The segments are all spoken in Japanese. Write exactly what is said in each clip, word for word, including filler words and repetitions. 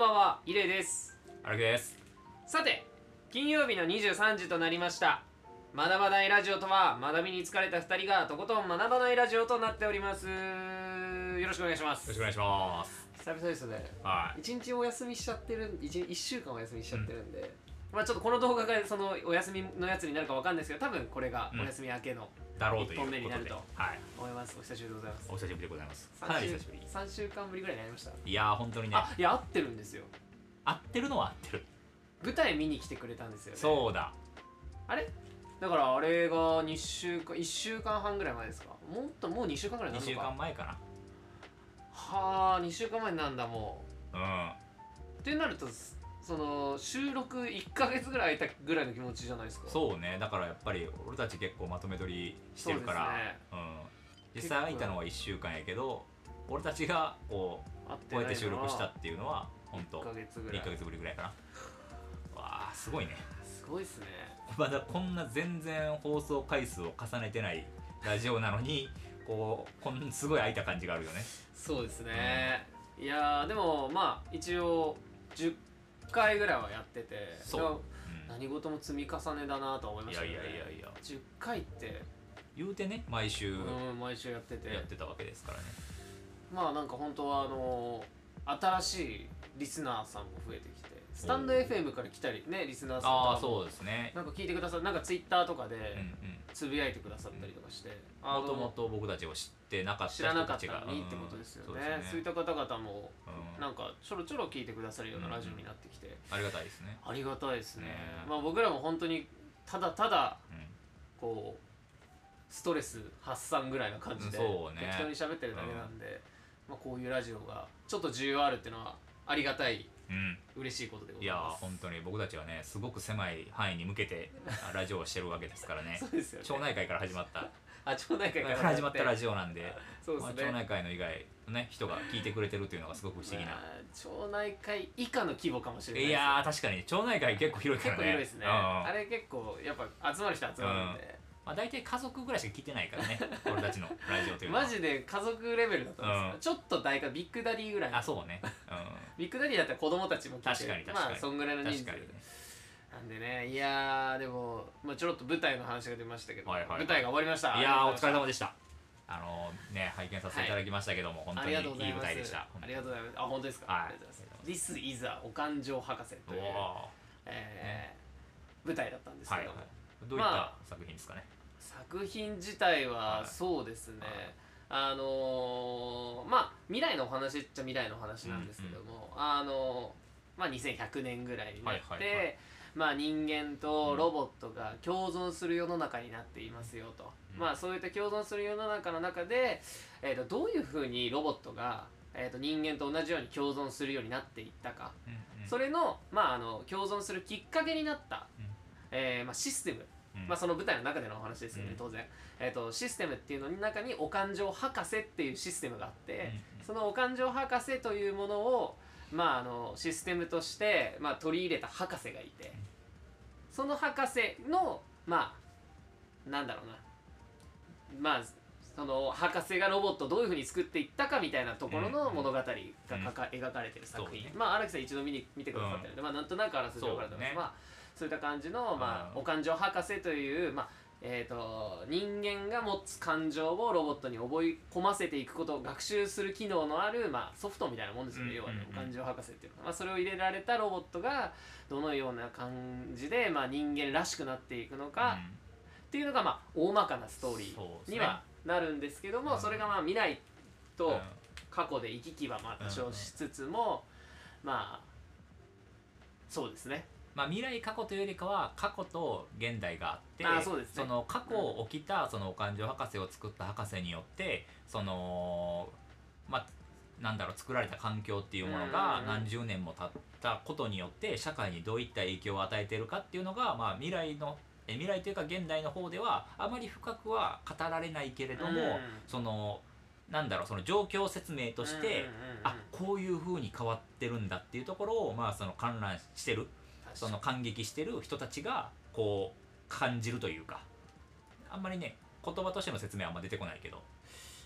ばんは、イレイです。 荒木です。 さて、金曜日のにじゅうさんじとなりました。学ばないラジオとは、学びに疲れたふたりがとことん学ばないラジオとなっております。よろしくお願いします。 よろしくお願いします。 久々ですね。 はい。 一日お休みしちゃってる、一一週間お休みしちゃってるんで、うん、まあちょっとこの動画がそのお休みのやつになるかわかんないですけど、多分これがお休み明けのいっぽんめになると思います。お久しぶりでございます。 お久しぶりでございます。 かなり久しぶり。さんしゅうかんぶりぐらいになりました。 いやー本当にね。 あ、いや合ってるんですよ。 合ってるのは合ってる。 舞台見に来てくれたんですよね。 そうだ。 あれだからあれがにしゅうかんいっしゅうかんはんぐらい前ですか。もっともうにしゅうかんぐらいになるのか。 にしゅうかんまえかな。 はあ、にしゅうかんまえなんだもう。うん。 ってなるとその収録いっかげつぐらい空いたぐらいの気持ちじゃないですか。 そうね。だからやっぱり俺たち結構まとめ撮りしてるから、ね、うん。実際空いたのはいっしゅうかんやけど、俺たちがこうこうやって収録したっていうのは本当いっかげつぶりぐらいかな。わあすごいね。 すごいっすね。 まだこんな全然放送回数を重ねてないラジオなのにこうこんなすごい空いた感じがあるよね。 そうですね、うん、いやでもまあ一応じゅっかいぐらいはやってて、そう、うん、何事も積み重ねだなと思いましたね。いやいやいやいやじゅっかいって言うてね毎週、 うん、毎週やっててやってたわけですからね。 まあなんか本当はあの新しいリスナーさんも増えてきて、スタンド エフエム から来たりね、リスナーさんとかもあそうですね、 なんか聞いてくださって、なんかツイッターとかでつぶやいてくださったりとかして、 もともと僕たちを知ってなかった人たちが、 知らなかったのにってことですよね。うん、そうですね。そういった方々もなんかちょろちょろ聞いてくださるようなラジオになってきて、 うん、ありがたいですね。 ありがたいですね。まあ僕らも本当にただただこうストレス発散ぐらいな感じで適当に喋ってるだけなんで、まあこういうラジオがちょっと需要あるっていうのはありがたい、うん、嬉しいことでございます。 いや本当に僕たちはねすごく狭い範囲に向けてラジオをしてるわけですからね。 そうですよね。 町内会から始まったあ町内会から始まったラジオなんで、 そうですね、 まあ、町内会の以外のね人が聞いてくれてるっていうのがすごく不思議な、まあ、 町内会以下の規模かもしれないです、ね、 いやー確かに町内会結構広いからね。 結構広いですね、うん、あれ結構やっぱ集まる人集まるんで、うん、 まあ、大体家族ぐらいしか聞いてないからね俺たちのラジオというのはマジで家族レベルだと思うんですよ、うん、ちょっと大家ビッグダディぐらい。 あそうね、うん、 ビッグダディだったら子供たちも聞いて確かに確かに、 まあそんぐらいの人数確かに、ね、 なんでね。いやーでも、まあ、ちょろっと舞台の話が出ましたけど、はいはいはい、舞台が終わりました。 いやーお疲れ様でした。あのー、ね拝見させていただきましたけども、はい、本当にいい舞台でした。 ありがとうございます。あ本当ですか、はい、ありがとうございます。 This is a お勘定博士という、えー、舞台だったんですけども、はいはい、 どういった作品ですかね。 まあ、作品自体はそうですね、はい、あのー、まあ未来のお話っちゃ未来のお話なんですけども、うんうん、あのー、まあにせんひゃくねんぐらいになって、はいはいはい、まあ人間とロボットが共存する世の中になっていますよと、うん、まあそういった共存する世の中の中で、えー、とどういうふうにロボットが、えー、と人間と同じように共存するようになっていったか、うんうん、それの,、まあ、あの共存するきっかけになった、うん、えーまあ、システム、うん、まあその舞台の中でのお話ですよね、うん、当然、えー、とシステムっていうのの中にお勘定博士っていうシステムがあって、うん、そのお勘定博士というものをまあ、あのシステムとして、まあ、取り入れた博士がいて、その博士のまあなんだろうなまあその博士がロボットをどういうふうに作っていったかみたいなところの物語がかか、うん、描かれてる作品、ね、まあ荒木さん一度見に見てくださってるんで、うん、まあなんとなくあらすじ分かると思います。まあそういった感じの、まあ、お勘定博士というまあえー、と人間が持つ感情をロボットに覚え込ませていくことを学習する機能のある、まあ、ソフトみたいなもんですよね、要はね、お勘定博士っていうのは、まあ、それを入れられたロボットがどのような感じで、まあ、人間らしくなっていくのか、うん、っていうのが、まあ、大まかなストーリーにはなるんですけども、 そ,、ね、それがまあ未来と過去で行き来はまあ多少しつつも、うん、まあそうですね、 まあ、未来過去というよりかは過去と現代があって、 あそうですね、 その過去起きたそのお勘定博士を作った博士によってそのまあなんだろう作られた環境っていうものが何十年も経ったことによって社会にどういった影響を与えているかっていうのが、まあ、未来のえ未来というか現代の方ではあまり深くは語られないけれども、そのなんだろうその状況説明として、あこういう風に変わってるんだっていうところを、まあ、その観覧してるその感激してる人たちがこう感じるというか、あんまりね言葉としての説明はあんま出てこないけど、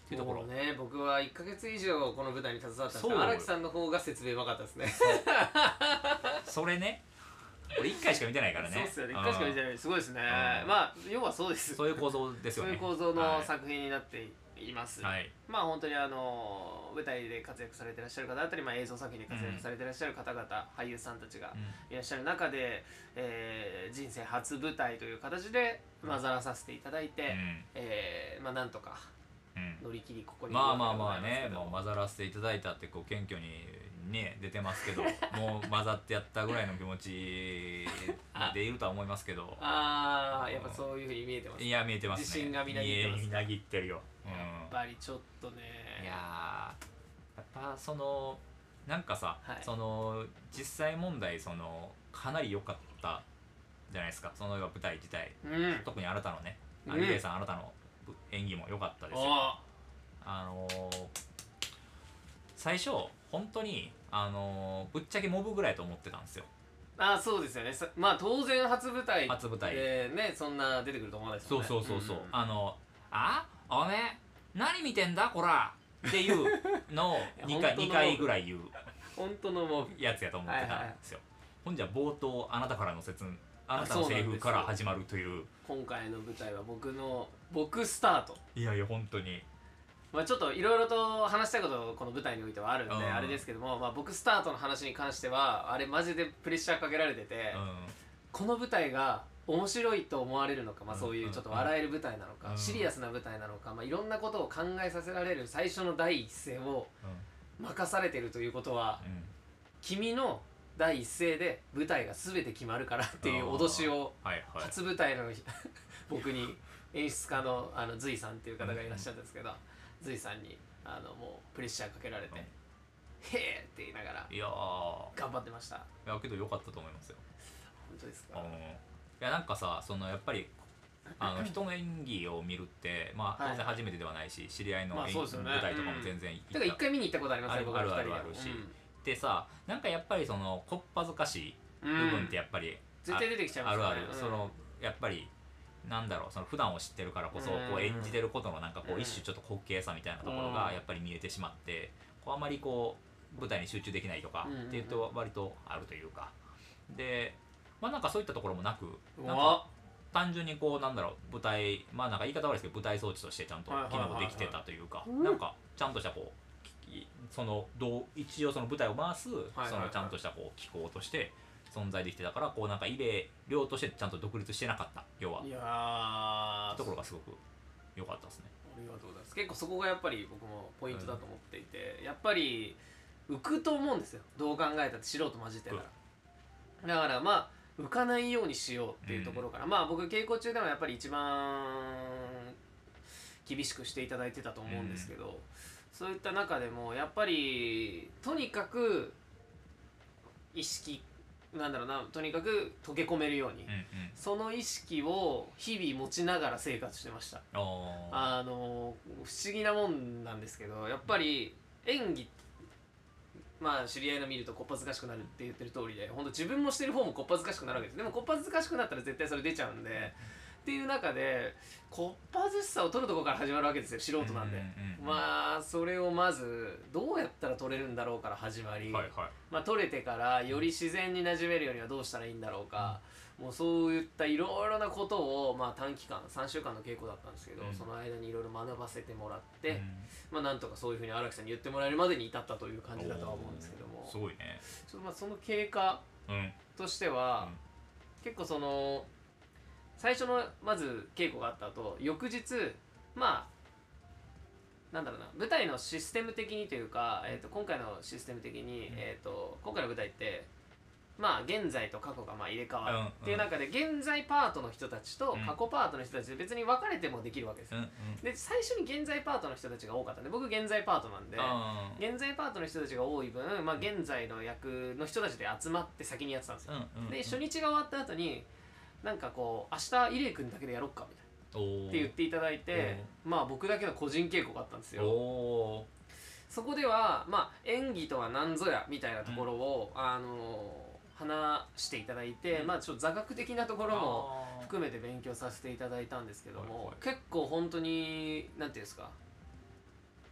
っていうところ。 もうね、僕はいっかげつ以上この舞台に携わったんですけど、荒木さんの方が説明うまかったですね。 それね、俺いっかいしか見てないからね。 そうっすよね、いっかいしか見てない。すごいですね。まあ要はそうです。 そういう構造ですよね。 そういう構造の作品になっています。 はい、 まあ本当にあの舞台で活躍されていらっしゃる方だったり、まあ、映像作品で活躍されていらっしゃる方々、うん、俳優さんたちがいらっしゃる中で、えー、人生初舞台という形で混ざらさせていただいて、うん、えー、まあなんとか乗り切りここに、 まあまあまあね、もう混ざらせていただいたってこう謙虚にね出てますけど、もう混ざってやったぐらいの気持ちでいるとは思いますけど、 ああやっぱそういうふうに見えてます、ね、 いや見えてますね。 自信がみなぎってます。 みなぎってるよ、 うん、やっぱりちょっとね。 いややっぱそのなんかさ、はい、その実際問題そのかなり良かったじゃないですか、その舞台自体、うん、特にあなたのね、アリレイさん、あなたの演技も良かったですよ。あのー、最初本当に、あのー、ぶっちゃけモブぐらいと思ってたんですよ。 ああそうですよね。まあ当然初舞台初舞台でね、そんな出てくると思わないですもんね。 そうそうそうそう、うん、あのあおめえ何見てんだこらっていうのをにかい, にかいぐらい言う本当のモブやつやと思ってたんですよ。はいはい、ほんじゃ冒頭あなたからの説あなたのセリフから始まるという。 今回の舞台は僕の僕スタート。 いやいや本当にまあちょっといろいろと話したいことこの舞台においてはあるんで、うん、あれですけども、まあ、僕スタートの話に関してはあれマジでプレッシャーかけられてて、うん、この舞台が面白いと思われるのか、まあ、そういうちょっと笑える舞台なのか、うん、シリアスな舞台なのか、まあ、いろんなことを考えさせられる最初の第一声を任されてるということは、うん、君の第一声で舞台が全て決まるからっていう脅しを初舞台の僕に演出家のあの随さんっていう方がいらっしゃるんですけど、随さんにあのもうプレッシャーかけられて「へえ!」って言いながら頑張ってました。いやけど良かったと思いますよ。 本当ですか。 いやなんかさ、そのやっぱりあの人の演技を見るってまあ当然初めてではないし、知り合いの演技舞台とかも全然行った。 だから一回見に行ったことありますよ。あるあるあるし。でさ、なんかやっぱりそのこっぱずかしい部分ってやっぱり絶対出てきちゃいますね。 あるある。そのやっぱりなんだろう、その普段を知ってるからこそこう演じてることのなんかこう一種ちょっと滑稽さみたいなところがやっぱり見えてしまって、こうあまりこう舞台に集中できないとかっていうと割とあるというかで、まあなんかそういったところもなく、なんか単純にこうなんだろう舞台、まあなんか言い方悪いですけど舞台装置としてちゃんと機能できてたというか、なんかちゃんとしたこうそのどう一応その舞台を回すそのちゃんとしたこう機構として存在できてたから、こうなんかイベ量としてちゃんと独立してなかった、要は。いやー、ところがすごく良かったですね。 ありがとうございます。結構そこがやっぱり僕もポイントだと思っていて、うん、やっぱり浮くと思うんですよ、どう考えたって素人混じってたら。だからまあ浮かないようにしようっていうところから、うん、まあ僕稽古中でもやっぱり一番厳しくしていただいてたと思うんですけど、うん、そういった中でもやっぱりとにかく意識なんだろうな、とにかく溶け込めるように、うんうん、その意識を日々持ちながら生活してました。あの不思議なもんなんですけど、やっぱり演技、まあ知り合いの見るとこっぱずかしくなるって言ってる通りで、本当自分もしてる方もこっぱずかしくなるわけです。でもこっぱずかしくなったら絶対それ出ちゃうんで、っていう中でこっぱずしさを取るところから始まるわけですよ、素人なんで。まあそれをまずどうやったら取れるんだろうから始まり、はいはい、まあ取れてからより自然に馴染めるようにはどうしたらいいんだろうか、うん、もうそういったいろいろなことを、まあ、短期間さんしゅうかんの稽古だったんですけど、うん、その間にいろいろ学ばせてもらって、うん、まあなんとかそういうふうに荒木さんに言ってもらえるまでに至ったという感じだとは思うんですけども、 すごいね。 ちょっとまあその経過としては、うん、結構その最初のまず稽古があった後、翌日まあなんだろうな、舞台のシステム的にというか、えー、と今回のシステム的に、えー、と今回の舞台ってまあ現在と過去がまあ入れ替わるっていう中で、現在パートの人たちと過去パートの人たちで別に分かれてもできるわけですよ。で最初に現在パートの人たちが多かったんで、僕現在パートなんで、現在パートの人たちが多い分、まあ、現在の役の人たちで集まって先にやってたんですよ。で初日が終わった後になんかこう明日入江君だけでやろっかみたいなって言っていただいて、まあ僕だけの個人稽古があったんですよ。そこではまあ演技とは何ぞやみたいなところを、うん、あの話していただいて、うん、まあちょっと座学的なところも含めて勉強させていただいたんですけども、結構本当になんていうんですか、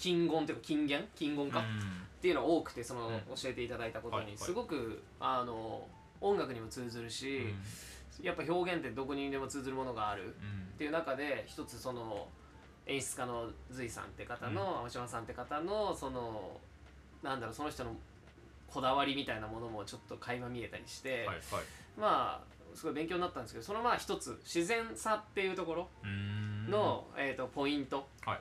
金言というか金言金言か、 うんっていうのが多くて、その、 うん、 教えていただいたことはいはいにすごく、あの音楽にも通ずるし、 うん、 やっぱ表現ってどこにでも通ずるものがあるうんっていう中で、一つその演出家の隋さんって方の、 うん青島さんって方のそのなんだろう、その人のこだわりみたいなものもちょっと垣間見えたりして、 はいはい、 まあすごい勉強になったんですけど、そのまあ一つ自然さっていうところの、えーとポイント、 はい、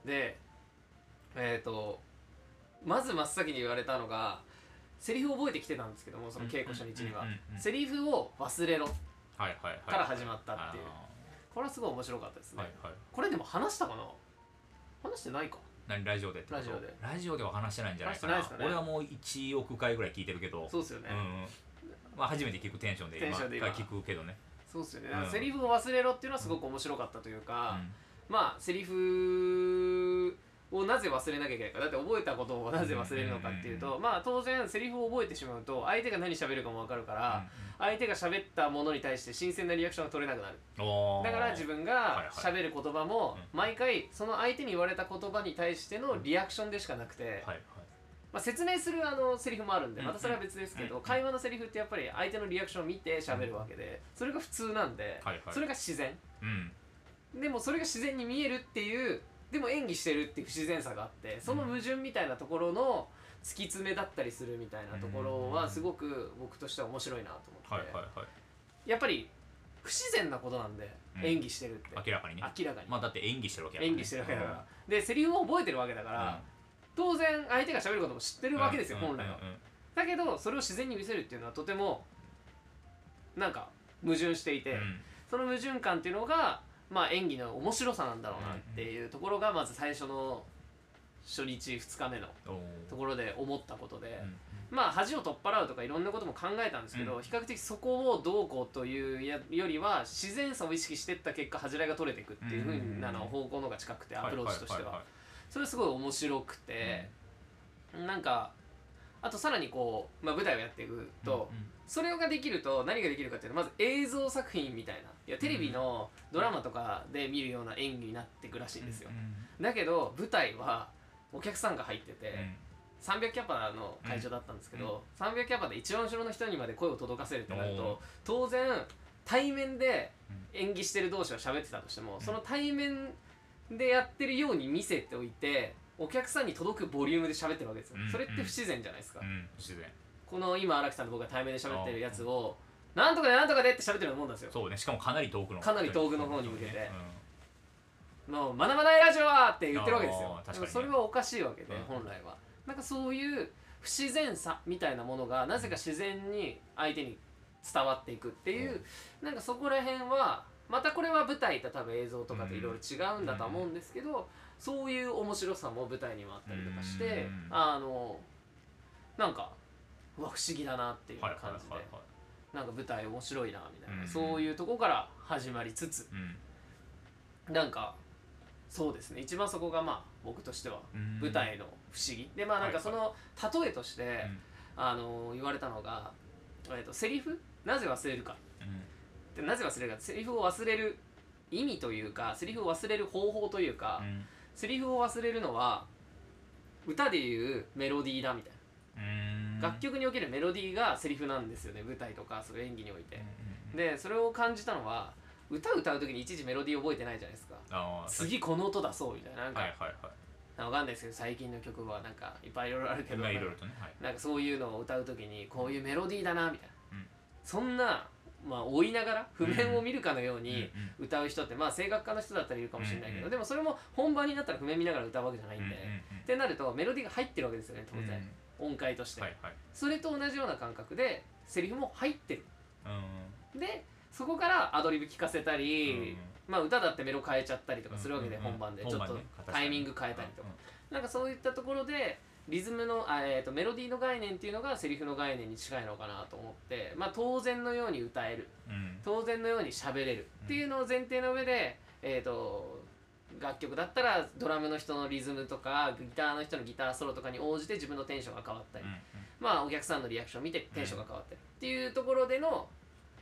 で、えーとまず真っ先に言われたのが、セリフを覚えてきてたんですけども、その稽古初日にはセリフを忘れろから始まったっていう、これはすごい面白かったですね、はいはい、これでも話したかな、話してないか、 何ラジオでってこと？ ラジオでラジオでは話してないんじゃないかな。 話してないですかね。 俺はもういちおくかいぐらい聞いてるけど。 そうですよね、 うん、まあ初めて聞くテンションで今聞くけどね。 そうですよね、うん、セリフを忘れろっていうのはすごく面白かったというか、うん、まあセリフをなぜ忘れなきゃいけないか、だって覚えたことをなぜ忘れるのかっていうと、まあ当然セリフを覚えてしまうと相手が何喋るかも分かるから、相手が喋ったものに対して新鮮なリアクションが取れなくなる。だから自分が喋る言葉も毎回その相手に言われた言葉に対してのリアクションでしかなくて、まあ説明するあのセリフもあるんでまたそれは別ですけど、会話のセリフってやっぱり相手のリアクションを見て喋るわけで、それが普通なんで、それが自然、でもそれが自然に見えるっていう、でも演技してるっていう不自然さがあって、その矛盾みたいなところの突き詰めだったりするみたいなところはすごく僕としては面白いなと思って、やっぱり不自然なことなんで、演技してるって明らかにね、 明らかに、 まあだって演技してるわけだから、 演技してるわけだから、でセリフを覚えてるわけだから、当然相手が喋ることも知ってるわけですよ、本来は。だけどそれを自然に見せるっていうのはとてもなんか矛盾していて、その矛盾感っていうのがまあ演技の面白さなんだろうなっていうところがまず最初の初日ふつかめのところで思ったことで、まあ恥を取っ払うとかいろんなことも考えたんですけど、比較的そこをどうこうというよりは自然さを意識していった結果恥じらいが取れていくっていうふうなの方向の方が近くて、アプローチとしてはそれすごい面白くて、なんかあとさらにこう、まあ、舞台をやっていくと、それができると何ができるかっていうと、まず映像作品みたいな、いやテレビのドラマとかで見るような演技になっていくらしいんですよ。だけど舞台はお客さんが入ってて、さんびゃくキャパの会場だったんですけど、さんびゃくキャパで一番後ろの人にまで声を届かせるってなると、当然対面で演技してる同士は喋ってたとしても、その対面でやってるように見せておいてお客さんに届くボリュームで喋ってるわけですよ。それって不自然じゃないですか。不自然。この今荒木さんと僕が対面で喋ってるやつをなんとかでなんとかでって喋ってるようなもんなんですよ。 そうね、しかもかなり遠くのかなり遠くの方に向けて、もう学ばないラジオはって言ってるわけですよ。でもそれはおかしいわけで、本来はなんかそういう不自然さみたいなものがなぜか自然に相手に伝わっていくっていう、なんかそこら辺はまたこれは舞台と多分映像とかといろいろ違うんだと思うんですけど、そういう面白さも舞台にもあったりとかして、あのなんかうわ不思議だなっていう感じで、なんか舞台面白いなみたいな、そういうとこから始まりつつ、なんかそうですね、一番そこがまあ僕としては舞台の不思議で、まあなんかその例えとしてあの言われたのが、えっとセリフなぜ忘れるか、でなぜ忘れるか、セリフを忘れる意味というか、セリフを忘れる方法というか、セリフを忘れるのは歌でいうメロディーだみたいな、楽曲におけるメロディーがセリフなんですよね、舞台とかそういう演技において。でそれを感じたのは、歌歌う時にいちいちメロディー覚えてないじゃないですか。次この音出そうみたいな、なんか、はいはいはい、わかんないですけど最近の曲はなんかいっぱいいろいろあるけど、なんかそういうのを歌う時にこういうメロディーだなみたいな、うん、そんなまあ追いながら譜面を見るかのように歌う人って、まあ声楽家の人だったらいるかもしれないけど、でもそれも本番になったら譜面見ながら歌うわけじゃないんで、ってなるとメロディーが入ってるわけですよね、当然、音階として、はいはい、それと同じような感覚でセリフも入ってる、でそこからアドリブ聞かせたり、まあ歌だってメロ変えちゃったりとかするわけで、本番でちょっとタイミング変えたりとか、なんかそういったところでリズムのあ、えー、とメロディーの概念っていうのがセリフの概念に近いのかなと思って、まあ、当然のように歌える、うん、当然のように喋れるっていうのを前提の上で、えー、と楽曲だったらドラムの人のリズムとかギターの人のギターソロとかに応じて自分のテンションが変わったり、うん、まあお客さんのリアクションを見てテンションが変わったりっていうところでの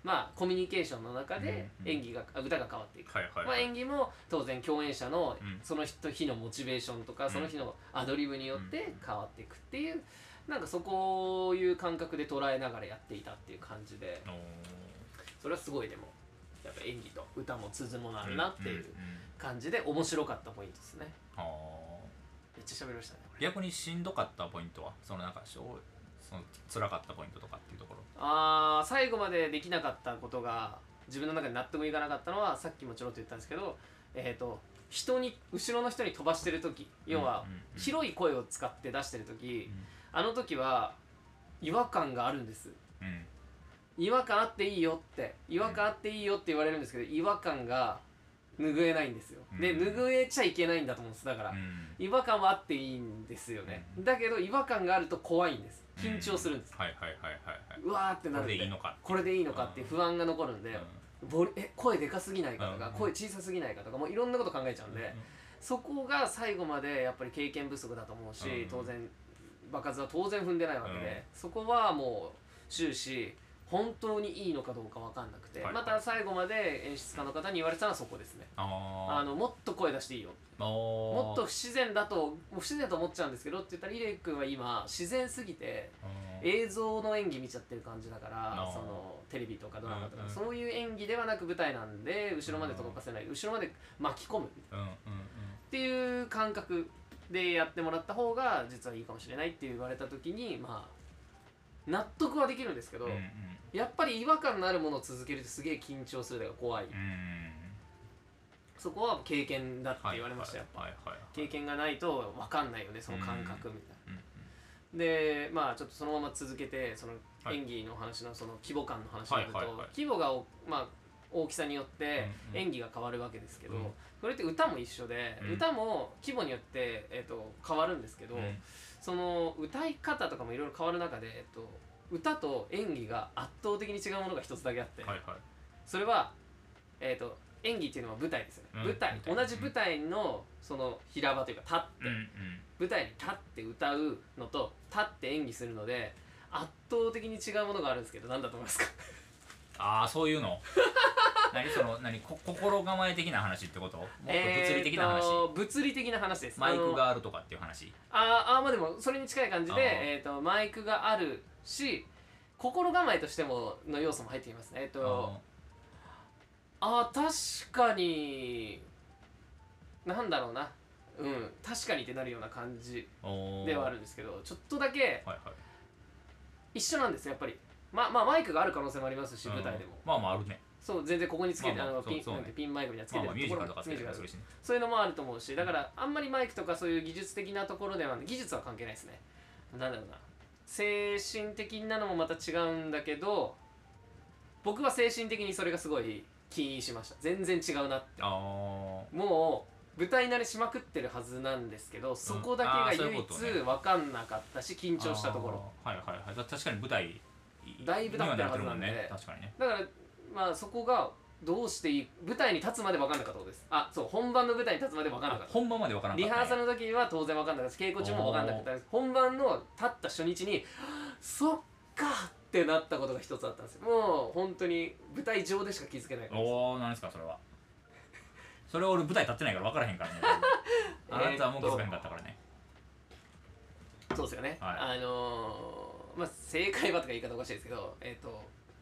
まあコミュニケーションの中で演技が、うんうん、歌が変わっていく、 はいはいはい、 まあ、演技も当然共演者のうん、 その日のモチベーションとか、うん、その日のアドリブによって変わっていくっていう、なんかそこをいう感覚で捉えながらやっていたっていう感じで、それはすごいでもやっぱ演技と歌も通ずるものあるなっていう感じで面白かったポイントですね。めっちゃ喋りましたね。 逆にしんどかったポイントはそのなんかその辛かったポイントとかっていうところ。 あー、最後までできなかったことが自分の中で納得いかなかったのは、さっきもちょろっと言ったんですけど、えっと人に後ろの人に飛ばしてる時、要は広い声を使って出してる時、あの時は違和感があるんです、うん、違和感あっていいよって違和感あっていいよって言われるんですけど、違和感が拭えないんですよ、うん、で拭えちゃいけないんだと思うんです。だから、うん、違和感はあっていいんですよね、うん、だけど違和感があると怖いんです。緊張するんです、 うん、はいはいはいはい、はい、 うわーってなるんで、 これでいいのかこれでいいのかっていう不安が残るんで、うん、ボリえ声でかすぎないかとか、うん、声小さすぎないかとか、もういろんなこと考えちゃうんで、うん、そこが最後までやっぱり経験不足だと思うし、うん、当然場数は当然踏んでないわけで、うん、そこはもう終始本当にいいのかどうか分かんなくて、はいはい、また最後まで演出家の方に言われてたのはそこですね。あのもっと声出していいよ、もっと不自然だともう不自然だと思っちゃうんですけどって言ったら、イレイ君は今自然すぎて映像の演技見ちゃってる感じだから、そのテレビとかドラマとか、うんうん、そういう演技ではなく舞台なんで後ろまで届かせない、後ろまで巻き込むっていう感覚でやってもらった方が実はいいかもしれないって言われた時に、まあ納得はできるんですけど、うんうん、やっぱり違和感のあるものを続けるとすげえ緊張するのが怖い、うん、そこは経験だって言われました。やっぱ経験がないと分かんないよね、その感覚みたいな、うんうん、でまあちょっとそのまま続けて、その演技の話のその規模感の話になると、はいはいはい、規模がまあ大きさによって演技が変わるわけですけど、うんうん、それって歌も一緒で、うん、歌も規模によって、えー、と変わるんですけど、うん、その歌い方とかもいろいろ変わる中で、えー、と歌と演技が圧倒的に違うものが一つだけあって、はいはい、それは、えー、と演技っていうのは舞台ですよね、うん、舞台同じ舞台のその平場というか立って、うんうん、舞台に立って歌うのと立って演技するので圧倒的に違うものがあるんですけど、何だと思いますか？ ああ、そういうの何その何こ心構え的な話ってこと？もっと物理的な話、えー、 物理的な話です。 マイクがあるとかっていう話。 ああ、まあでもそれに近い感じで、えー、とマイクがあるし、心構えとしてもの要素も入ってきますね。えっ、ー、とああ確かになんだろうな、うん確かにってなるような感じではあるんですけど、ちょっとだけ、はいはい、一緒なんですよやっぱり。まあまあマイクがある可能性もありますし、舞台でもまあまああるね。 そう全然ここにつけて、あのピンピンマイクにはつけてるところもそういうのもあると思うし、だからあんまりマイクとかそういう技術的なところでは技術は関係ないですね。なんだろうな、精神的なのもまた違うんだけど、僕は精神的にそれがすごい起因しました。全然違うなって。あもう舞台慣れしまくってるはずなんですけど、そこだけが唯一分かんなかったし緊張したところ。 はいはいはい。確かに舞台だいぶ立ってるはずなんで、 ね、確かにね。 だからまあそこがどうしていい、舞台に立つまで分かんなかったことです。あ、そう本番の舞台に立つまで分かんなかった。 本番まで分からなかった、ね。 リハーサルの時は当然分かんなかったです。稽古中も分かんなかったです。本番の立った初日にそっかってなったことが一つあったんですよ。もう本当に舞台上でしか気づけないからです。 おお、なんですかそれは。それ俺舞台立ってないから分からへんからね。あなたはもう気づかへんかったからね。 そうですよね。はい、あのー。まあ、正解はとか言い方おかしいですけど、えー、と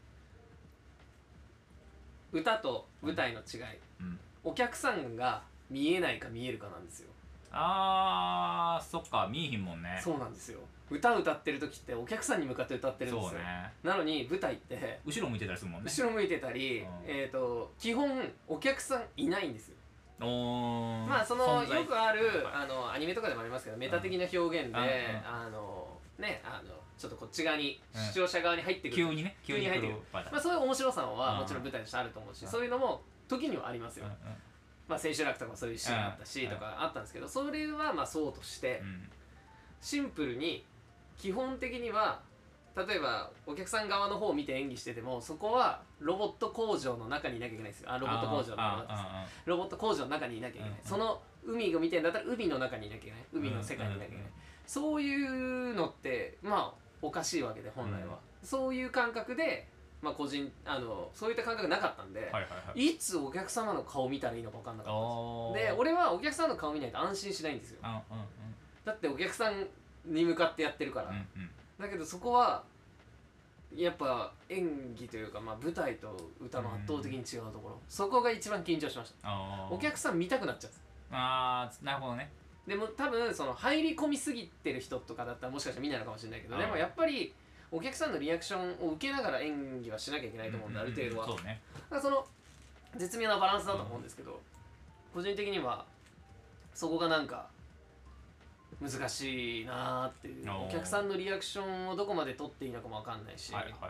歌と舞台の違い、うん、お客さんが見えないか見えるかなんですよ。 あーそっか、見えひんもんね。 そうなんですよ。歌歌ってる時ってお客さんに向かって歌ってるんですよ。そうね。なのに舞台って後ろ向いてたりするもんね。 後ろ向いてたり、うん、えー、と基本お客さんいないんですよ。おまあそのよくあるあのアニメとかでもありますけど、メタ的な表現で、うん、あのねあのちょっとこっち側に、うん、視聴者側に入ってくる、 急にね急に入ってくる、まあ、そういう面白さはもちろん舞台としてあると思うし、うん、そういうのも時にはありますよ、うんうん、まあ千秋楽とかそういうシーンあったし、うん、とかあったんですけど、それはまあそうとして、うん、シンプルに基本的には例えばお客さん側の方を見て演技してても、そこはロボット工場の中にいなきゃいけないんですよ。あロボット工場の中ですロボット工場の中にいなきゃいけない、うんうん、その海を見てんだったら海の中にいなきゃいけない、海の世界にいなきゃいけない、うんうんうん、そういうのってまあおかしいわけで本来は、うん、そういう感覚でまあ個人あのそういった感覚なかったんで、 はいはいはい、 いつお客様の顔見たらいいのか分かんなかったんですよ。で俺はお客さんの顔見ないと安心しないんですよ、 うんうんうん、 だってお客さんに向かってやってるから、うんうん、だけどそこはやっぱ演技というか、まあ、舞台と歌の圧倒的に違うところ、そこが一番緊張しました。お客さん見たくなっちゃうんです。 あー、なるほどね。 でも多分その入り込みすぎてる人とかだったらもしかしたら見ないのかもしれないけど、でもやっぱりお客さんのリアクションを受けながら演技はしなきゃいけないと思うんで、ある程度は。そうね。だからその絶妙なバランスだと思うんですけど、個人的にはそこがなんか難しいなーっていう。お客さんのリアクションをどこまで取っていいのかも分かんないし、はいはいはい、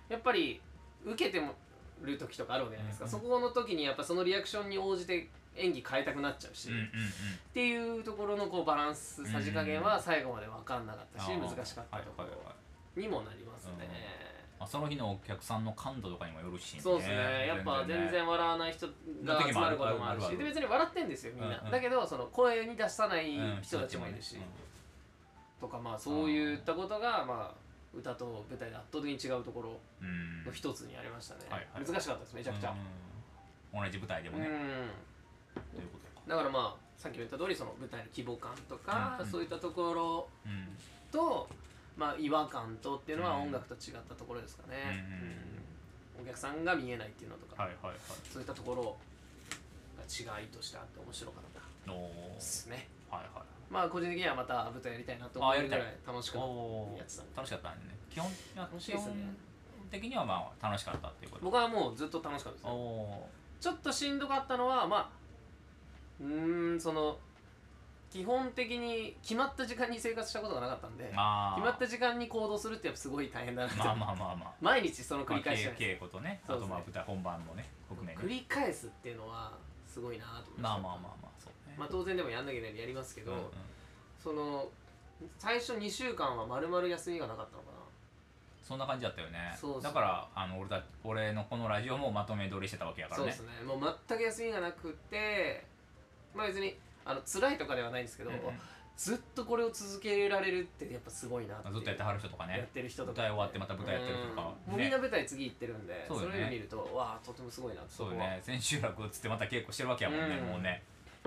やっぱり受けてもる時とかあるわけじゃないですか、うんうん、そこの時にやっぱそのリアクションに応じて演技変えたくなっちゃうし、うんうんうん、っていうところのこうバランスさじ加減は最後まで分かんなかったし、うんうん、難しかったところにもなりますね、うんうん、 まあ、その日のお客さんの感度とかにもよるし、ね、 そうですね。やっぱ全然笑わない人が集まることもあるし、で別に笑ってんですよみんな、うんうん、だけどその声に出さない人たちもいるし、うんうん、とかまあそういったことがまあ歌と舞台で圧倒的に違うところの一つにありましたね、はいはい、難しかったですめちゃくちゃ、 うん、同じ舞台でもね、うん、 ということか。だからまあさっきも言った通りその舞台の規模感とか、うんうん、そういったところと、うん、まあ違和感とっていうのは音楽と違ったところですかね、うんうん、お客さんが見えないっていうのとか、はいはいはい、そういったところが違いとしてあって面白かったですね。はいはい、まあ個人的にはまた舞台やりたいなと思うぐらい楽しくやってた。 楽しかったんでね。基本楽しいですね。基本的にはまあ楽しかったっていうこと。 僕はもうずっと楽しかったですよ。ちょっとしんどかったのはまあうーんその基本的に決まった時間に生活したことがなかったんで、決まった時間に行動するってやっぱすごい大変だなと。まあまあまあまあ。毎日その繰り返しじゃないですか。稽古とね、あとまあ舞台本番もね含めね。繰り返すっていうのはすごいなと思いました。まあまあまあまあそうね。まあ当然でもやんなきゃいけないやりますけど。うんうん、その最初にしゅうかんはまるまる休みがなかったのかな。 そんな感じだったよね。そうそう、だからあの俺だ俺のこのラジオもまとめ撮りしてたわけやからね。 そうですね。もう全く休みがなくて、まあ別にあの辛いとかではないんですけど、うんうん、ずっとこれを続けられるってやっぱすごいなって。 ずっとやってはる人とかね。 やってる人とか、 舞台終わってまた舞台やってる人とか、 うん、もうみんな舞台次行ってるんで、そ, ね、それを見るとわあとてもすごいなって。 そうね。千秋楽っつってまた稽古してるわけやもんね、うん、もうね。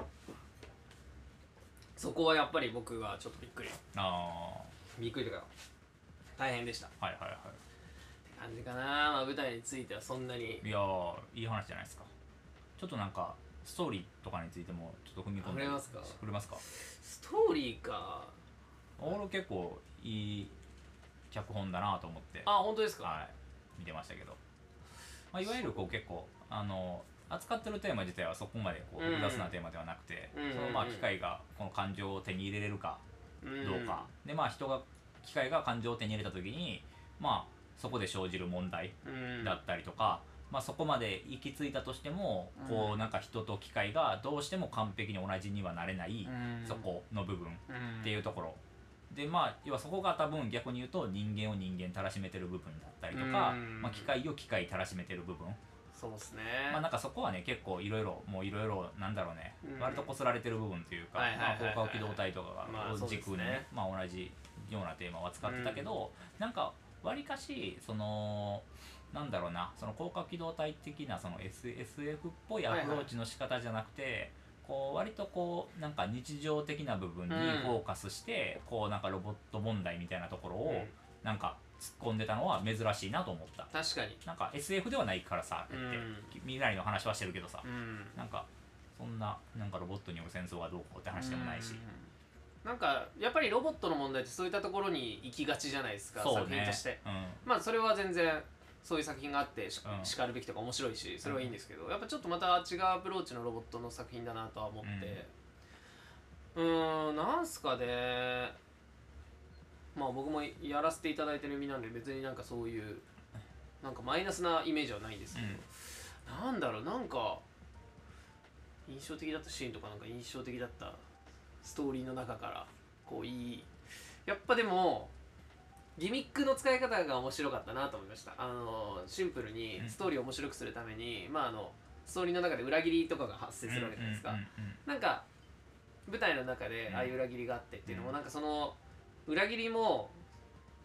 そこはやっぱり僕はちょっとびっくり。ああ。びっくりとか大変でした。はいはいはい。って感じかな。まあ舞台についてはそんなに。 いやーいい話じゃないですか。ちょっとなんかストーリーとかについてもちょっと踏み込んで。 触れますか。 触れますか。 ストーリーか。 俺結構いい脚本だなと思って。 あ本当ですか。 はい。見てましたけど。まあいわゆるこう結構あの。扱ってるテーマ自体はそこまでこう複雑なテーマではなくて、うん、そのまあ機械がこの感情を手に入れれるかどうか、うん、でまあ人が機械が感情を手に入れた時にまあそこで生じる問題だったりとか、うん、まあそこまで行き着いたとしても、うん、こうなんか人と機械がどうしても完璧に同じにはなれない、うん、そこの部分っていうところで、まあ要はそこが多分逆に言うと人間を人間たらしめてる部分だったりとか、まあ機械を機械たらしめてる部分。 そうですね。 まあなんかそこはね結構いろいろもういろいろなんだろうね、うん、割とこすられてる部分というか、まあ効果機動隊とかが軸にね、まあ同じようなテーマを扱ってたけど、うん、なんかわりかしそのなんだろうなその効果機動隊的なその エスエフ っぽいアプローチの仕方じゃなくて、はいはい、こう割とこうなんか日常的な部分にフォーカスして、うん、こうなんかロボット問題みたいなところをなんか突っ込んでたのは珍しいなと思った。 確かになんか エスエフ ではないからさ、うん、未来の話はしてるけどさ、うん、なんかそんななんかロボットによる戦争がどうこうって話でもないし、 うん、なんかやっぱりロボットの問題ってそういったところに行きがちじゃないですか、ね、作品として、うん、まあそれは全然そういう作品があってし、うん、しかるべきとか面白いしそれはいいんですけど、やっぱちょっとまた違うアプローチのロボットの作品だなとは思って、うーんなんすかね、まあ僕もやらせていただいてる身なんで別になんかそういうなんかマイナスなイメージはないんですけど、うん、なんだろうなんか印象的だったシーンとかなんか印象的だったストーリーの中からこういいやっぱでもギミックの使い方が面白かったなと思いました。あのシンプルにストーリーを面白くするために、うん、まああのストーリーの中で裏切りとかが発生するわけじゃないですか。なんか舞台の中でああいう裏切りがあってっていうのもなんかその裏切りも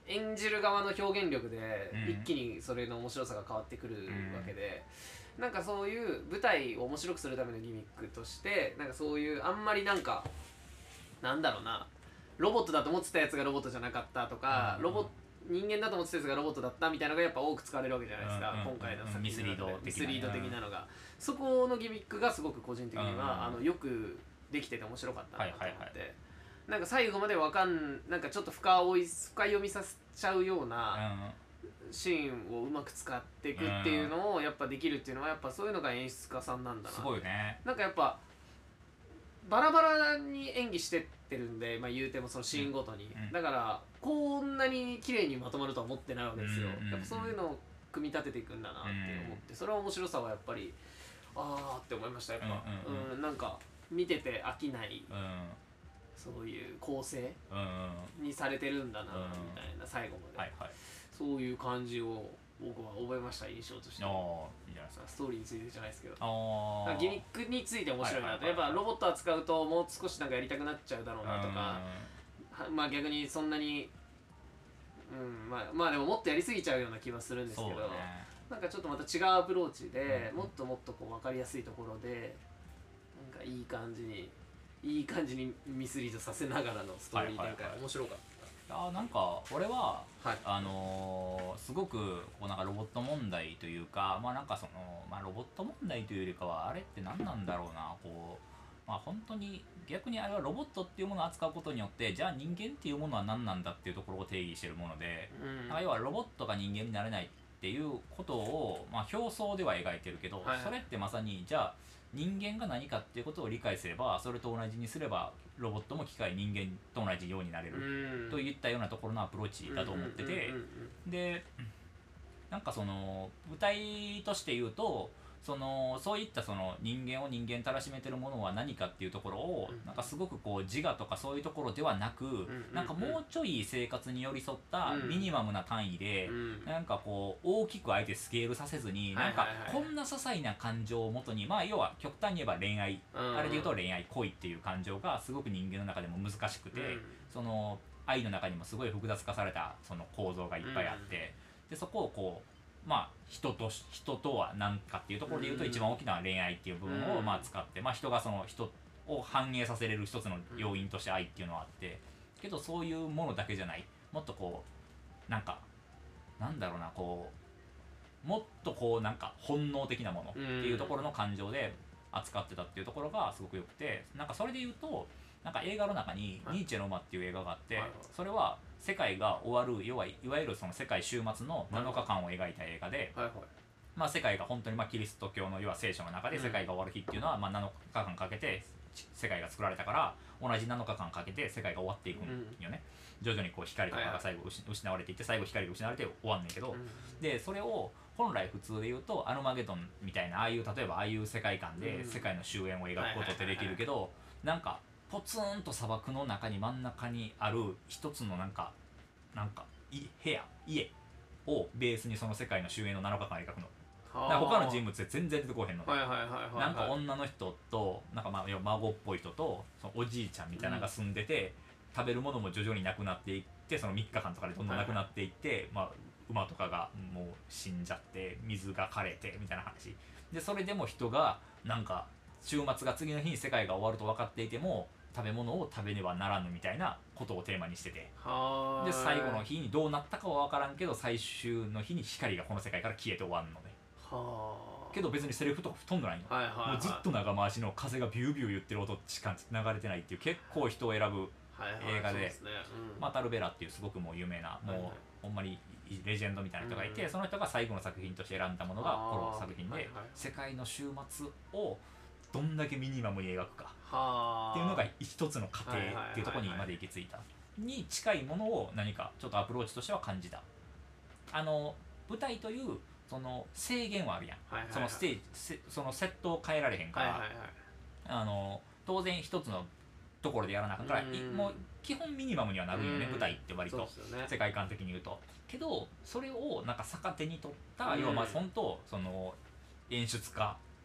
演じる側の表現力でうん一気にそれの面白さが変わってくるわけで、なんかそういう舞台を面白くするためのギミックとしてなんかそういうあんまりなんかなんだろうなロボットだと思ってたやつがロボットじゃなかったとか、 うんロボ人間だと思ってたやつがロボットだったみたいなのがやっぱ多く使われるわけじゃないですか、 うんうん今回の作品の中でミスリード的なミスリード的なのが、そこのギミックがすごく個人的には、 うんあのよくできてて面白かったなと思って、 はいはいはいなんか最後までわかんなんかちょっと深追い深読みさせちゃうようなシーンをうまく使っていくっていうのをやっぱできるっていうのはやっぱそういうのが演出家さんなんだな。 すごいね。 なんかやっぱバラバラに演技してってるんで、まあ、言うてもそのシーンごとに、 うんだからこんなに綺麗にまとまるとは思ってないわけですよ、 うんやっぱそういうのを組み立てていくんだなって思って、それは面白さはやっぱりあーって思いましたやっぱ、 うんうんうんうん、なんか見てて飽きないうんそういう構成うんうんにされてるんだなうんみたいな最後まで、 はいはい。 そういう感じを僕は覚えました印象として。 ああいいじゃないですか。 ストーリーについてじゃないですけど、 ああギミックについて面白いなと、 はいはいはいはいやっぱロボット扱うともう少しなんかやりたくなっちゃうだろうなとか、はまあ逆にそんなにうんまあまあでももっとやりすぎちゃうような気はするんですけど、 そうだね。 なんかちょっとまた違うアプローチで、 うんもっともっとこう分かりやすいところでなんかいい感じにいい感じにミスリードさせながらのストーリー展開、 はいはいはい面白かっあーなんか俺はた。はい。 あのーすごくこうなんかロボット問題というかまあなんかそのまあロボット問題というよりかはあれって何なんだろうなこうまあ本当に逆にあれはロボットっていうものを扱うことによってじゃあ人間っていうものは何なんだっていうところを定義してるもので、 うんなんか要はロボットが人間になれないっていうことを、まあ、表層では描いてるけど、 はいはいそれってまさにじゃあ人間が何かっていうことを理解すればそれと同じにすればロボットも機械人間と同じようになれる、 うんといったようなところのアプローチだと思ってて、 うんうんうんうんでなんかその舞台として言うとそのそういったその人間を人間たらしめてるものは何かっていうところを、 うんなんかすごくこう自我とかそういうところではなく、 んなんかもうちょい生活に寄り添ったうんミニマムな単位で、 うんなんかこう大きくあえてスケールさせずに、なんかはいはいはいこんな些細な感情をもとにまあ要は極端に言えば恋愛、 うんあれで言うと恋愛恋っていう感情がすごく人間の中でも難しくて、 うんその愛の中にもすごい複雑化されたその構造がいっぱいあって、でそこをこうまあ人と人とは何かっていうところで言うと、 うん一番大きな恋愛っていう部分をうんまあ使って、まあ人がその人を反映させれる一つの要因として愛っていうのはあってけどそういうものだけじゃないもっとこうなんかなんだろうなこうもっとこうなんか本能的なものっていうところの感情で扱ってたっていうところがすごく良くて、なんかそれで言うとなんか映画の中に「ニーチェの馬」っていう映画があって、 はいはいそれは世界が終わる要はいわゆるその世界終末のなのかかんを描いた映画で、 はいはいまあ、世界が本当にまあキリスト教の要は聖書の中で世界が終わる日っていうのはまあなのかかんかけて世界が作られたから同じなのかかんかけて世界が終わっていくんよね、徐々にこう光とかが最後失失われていって最後光が失われて終わんねんけど、 うんでそれを本来普通で言うとアルマゲドンみたいなああいう例えばああいう世界観でうん世界の終焉を描くことってできるけどなんかポツンと砂漠の中に真ん中にある一つのなんかなんかい部屋家をベースにその世界の終焉のなのかかんを描くのだから他の人物で全然出てこへんのね、 はいはいはいはいなんか女の人となんかまあ要は孫っぽい人とそのおじいちゃんみたいなのが住んでて、食べるものも徐々になくなっていってそのみっかかんとかでどんどんなくなっていって、まあ、馬とかがもう死んじゃって水が枯れてみたいな話でそれでも人がなんか週末が次の日に世界が終わると分かっていても食べ物を食べねばならぬみたいなことをテーマにしててはーいで最後の日にどうなったかは分からんけど最終の日に光がこの世界から消えて終わるのねはあけど別にセリフとかほとんどないの、 はいはいはいもうずっと長回しの風がビュービュー言ってる音しか流れてないっていう結構人を選ぶはいはい映画でそうすねうんマタルベラっていうすごくもう有名なもう、 はいはいほんまにレジェンドみたいな人がいて、 うんその人が最後の作品として選んだものがこの作品で、 はいはい世界の終末をどんだけミニマムに描くかはあっていうのが一つの過程っていうところにまで行き着いたに近いものを何かちょっとアプローチとしては感じた。あの舞台というその制限はあるやん、 はいはいはいそのステージせそのセットを変えられへんから、 はいはいはいあの当然一つのところでやらなあかんから、いうんもう基本ミニマムにはなるんよね、 うん舞台って割とそうですよね世界観的に言うとけどそれをなんか逆手に取った、 うん要はまあ本当その演出家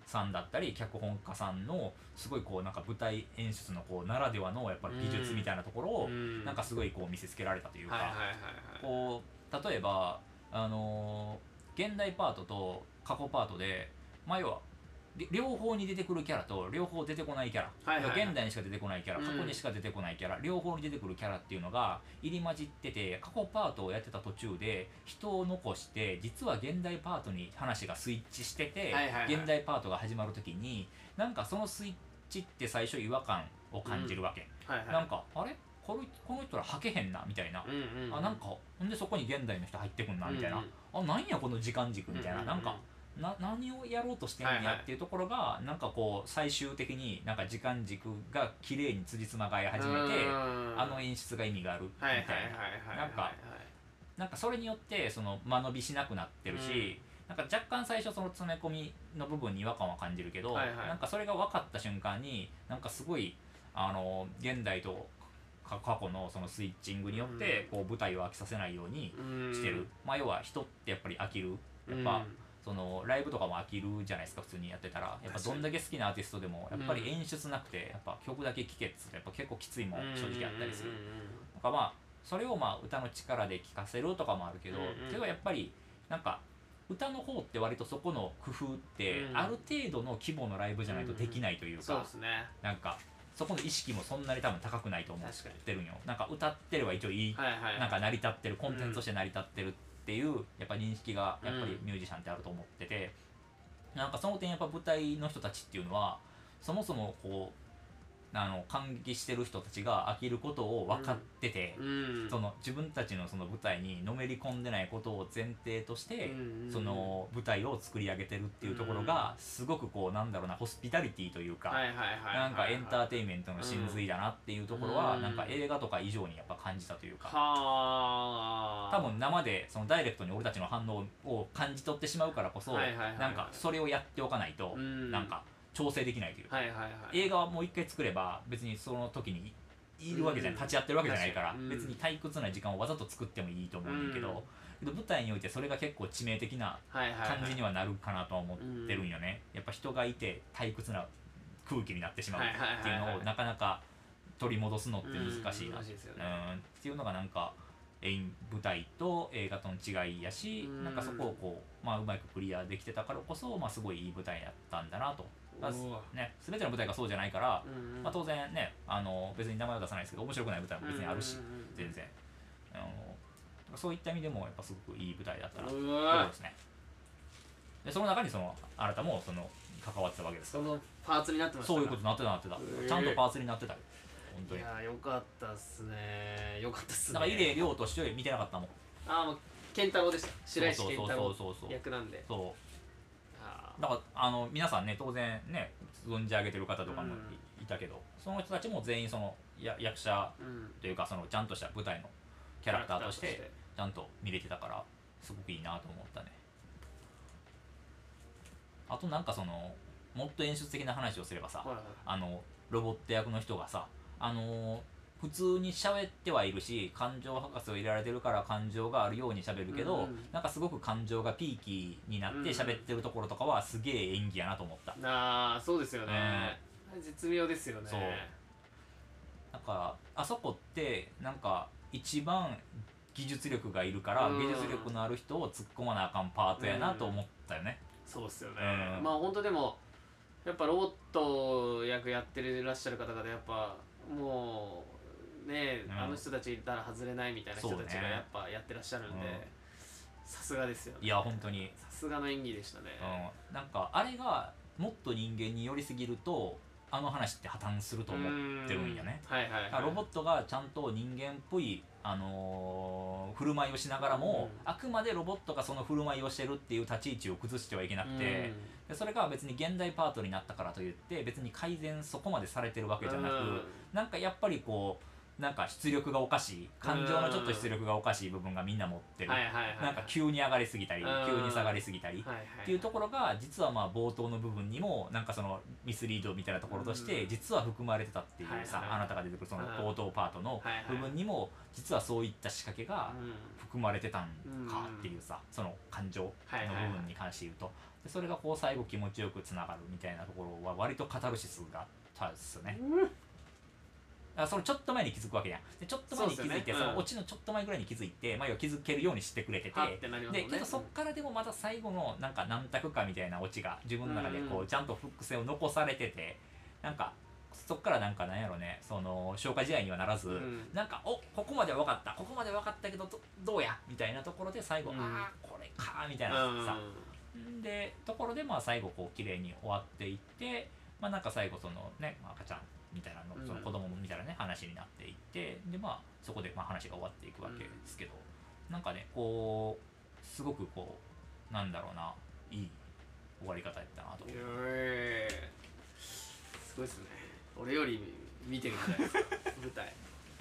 さんだったり脚本家さんのすごいこうなんか舞台演出のこうならではのやっぱ技術みたいなところをなんかすごいこう見せつけられたというか、こう例えばあのー、現代パートと過去パートでまあ要は両方に出てくるキャラと両方出てこないキャラ、はいはいはい、現代にしか出てこないキャラ、過去にしか出てこないキャラ、うん、両方に出てくるキャラっていうのが入り混じってて、過去パートをやってた途中で人を残して実は現代パートに話がスイッチしてて、はいはいはい、現代パートが始まる時になんかそのスイッチって最初違和感を感じるわけ、うんはいはい、なんかあれこのこの人らはけへんなみたいな、うんうんうん、あなんかほんでそこに現代の人入ってくんなみたいな、うんうん、あなんやこの時間軸みたいな、うんうんうん、なんかな何をやろうとしてんやっていうところが、はいはい、なんかこう最終的になんか時間軸が綺麗に辻褄が合い始めて、あの演出が意味があるみたいな、なんかなんかそれによってその間延びしなくなってるし、うん、なんか若干最初その詰め込みの部分に違和感は感じるけど、はいはい、なんかそれが分かった瞬間になんかすごいあの現代と過去のそのスイッチングによってこう舞台を飽きさせないようにしてる、うん、まあ要は人ってやっぱり飽きる、やっぱ、うんそのライブとかも飽きるじゃないですか普通にやってたら、やっぱどんだけ好きなアーティストでもやっぱり演出なくてやっぱ曲だけ聴けっつってやっぱ結構きついもん正直あったりする。なんかまあそれをまあ歌の力で聴かせるとかもあるけど、けどやっぱりなんか歌の方って割とそこの工夫ってある程度の規模のライブじゃないとできないというか、そうですね、なんかそこの意識もそんなに多分高くないと思ってるんよ。なんか歌ってれば一応いい、はいはいはい、なんか成り立ってるコンテンツとして成り立ってるっていうやっぱ認識がやっぱりミュージシャンってあると思ってて、うん、なんかその点やっぱ舞台の人たちっていうのはそもそもこうあの感激してる人たちが飽きることを分かってて、うん、その自分たちのその舞台にのめり込んでないことを前提として、うん、その舞台を作り上げてるっていうところがすごくこうなんだろうなホスピタリティというか、なんかエンターテインメントの真髄だなっていうところは、うん、なんか映画とか以上にやっぱ感じたというか、多分生でそのダイレクトに俺たちの反応を感じ取ってしまうからこそ、なんかそれをやっておかないと、うん、なんか調整できないというか、はいはいはい、映画はもう一回作れば別にその時にいるわけじゃない、立ち会ってるわけじゃないから、うん、別に退屈な時間をわざと作ってもいいと思うんだけど、うん、舞台においてそれが結構致命的な感じにはなるかなとは思ってるんよね、うん、やっぱ人がいて退屈な空気になってしまうっていうのをなかなか取り戻すのって難しいな、うん、っていうのがなんか舞台と映画との違いやし、うん、なんかそこをこう、まあ、うまくクリアできてたからこそ、まあ、すごいいい舞台だったんだなと。ね、全ての舞台がそうじゃないから、うんうんまあ、当然ねあの別に名前は出さないですけど面白くない舞台も別にあるし、うんうんうん、全然あのそういった意味でもやっぱすごくいい舞台だったなということですね。でその中にそのあなたもその関わってたわけですから、 そのパーツになってましたか。 そういうことになってたなってた、ちゃんとパーツになってたよ本当に。 いやよかったっすねよかったっすね。 なんか入江亮として見てなかったもん。 ああもう健太郎でした。白石健太郎役なんで。 そうだからあの皆さんね当然ね存じ上げてる方とかもいたけど、うん、その人たちも全員そのや役者というかそのちゃんとした舞台のキャラクターとしてちゃんと見れてたからすごくいいなと思ったね。あとなんかそのもっと演出的な話をすればさ、はいはい、あのロボット役の人がさあの普通に喋ってはいるし感情博士を入れられてるから感情があるように喋るけど、うんうん、なんかすごく感情がピーキーになって喋ってるところとかはすげえ演技やなと思った。 ああそうですよね、うん、絶妙ですよね。 そうなんかあそこってなんか一番技術力がいるから、うん、技術力のある人を突っ込まなあかんパートやなと思ったよね、 うん、そうっすよね、うん、まあ本当でもやっぱロボット役やってらっしゃる方々やっぱもうね、うん、あの人たちいたら外れないみたいな人たちがやっぱやってらっしゃるんで、さすがですよね。 いや本当にさすがの演技でしたね、 うん、なんかあれがもっと人間に寄りすぎるとあの話って破綻すると思ってるんやね。 はいはいはい、 ロボットがちゃんと人間っぽい、あのー、振る舞いをしながらも、うん、あくまでロボットがその振る舞いをしてるっていう立ち位置を崩してはいけなくて、でそれが別に現代パートになったからといって別に改善そこまでされてるわけじゃなく、うん、なんかやっぱりこうなんか出力がおかしい感情のちょっと出力がおかしい部分がみんな持ってる、 はいはいはいはい、 なんか急に上がりすぎたり急に下がりすぎたりはいはい、 っていうところが実はまあ冒頭の部分にもなんかそのミスリードみたいなところとして実は含まれてたっていうさ、 はいはい、 あなたが出てくるその冒頭パートの部分にも実はそういった仕掛けが含まれてたんかっていうさ、その感情の部分に関して言うと、でそれがこう最後気持ちよくつながるみたいなところは割とカタルシスがあったんですよね。あそのちょっと前に気づくわけやん。でちょっと前に気づいて そ,、ねうん、そのオチのちょっと前ぐらいに気づいて、まあ、要は気づけるようにしてくれてて、ね、でけどそっからでもまた最後のなんか何択かみたいなオチが自分の中でこうちゃんと伏線を残されてて、なんかそっからなんかなんやろね、その消化試合にはならず、うん、なんかおここまでは分かったここまでは分かったけど ど, どうやみたいなところで最後、うん、ああこれかみたいなさ、うん、でところでまあ最後こう綺麗に終わっていって、まあなんか最後そのね赤ちゃんみたいなのその子供みたいなね話になっていってでまあそこでまあ話が終わっていくわけですけど、うん、なんかねこうすごくこうなんだろうないい終わり方やったなと思って。 すごいですね。俺より見てるじゃないですか舞台。